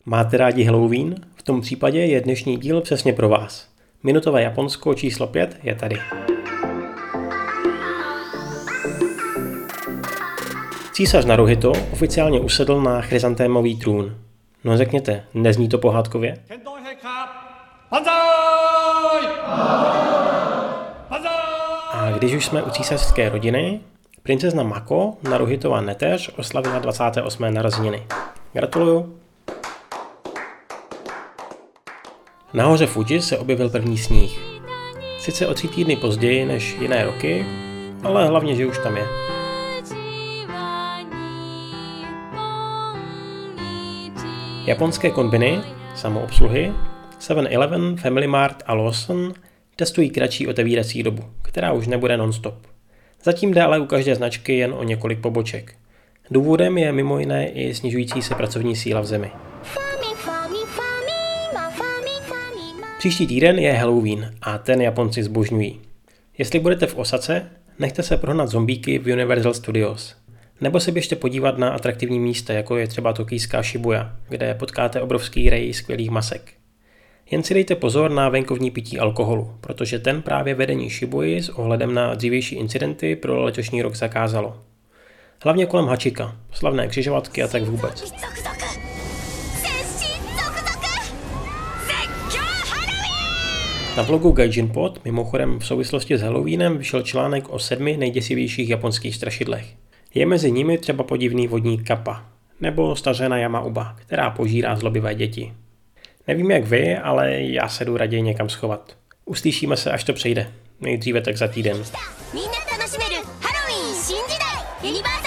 Máte rádi Halloween? V tom případě je dnešní díl přesně pro vás. Minutové Japonsko číslo 5 je tady. Císař Naruhito oficiálně usedl na chryzantémový trůn. No řekněte, nezní to pohádkově? A když už jsme u císařské rodiny, princezna Mako, Naruhitova neteř, oslavila 28. narozeniny. Gratuluju. Na hoře Fuji se objevil první sníh. Sice o 3 týdny později než jiné roky, ale hlavně, že už tam je. Japonské kombiny, samoobsluhy, 7-Eleven, Family Mart a Lawson testují kratší otevírací dobu, která už nebude non-stop. Zatím jde ale u každé značky jen o několik poboček. Důvodem je mimo jiné i snižující se pracovní síla v zemi. Příští týden je Halloween a ten Japonci zbožňují. Jestli budete v Osace, nechte se prohnat zombíky v Universal Studios. Nebo se běžte podívat na atraktivní místa, jako je třeba tokijská Shibuya, kde potkáte obrovský rej skvělých masek. Jen si dejte pozor na venkovní pití alkoholu, protože ten právě vedení Shibuyi s ohledem na dřívější incidenty pro letošní rok zakázalo. Hlavně kolem Hachika, slavné křižovatky a tak vůbec. Na blogu Gaijin Pod mimochodem v souvislosti s Halloweenem vyšel článek o 7 nejděsivějších japonských strašidlech. Je mezi nimi třeba podivný vodní kappa, nebo stařena Yamauba, která požírá zlobivé děti. Nevím jak vy, ale já se jdu raději někam schovat. Uslyšíme se, až to přejde. Nejdříve tak za týden.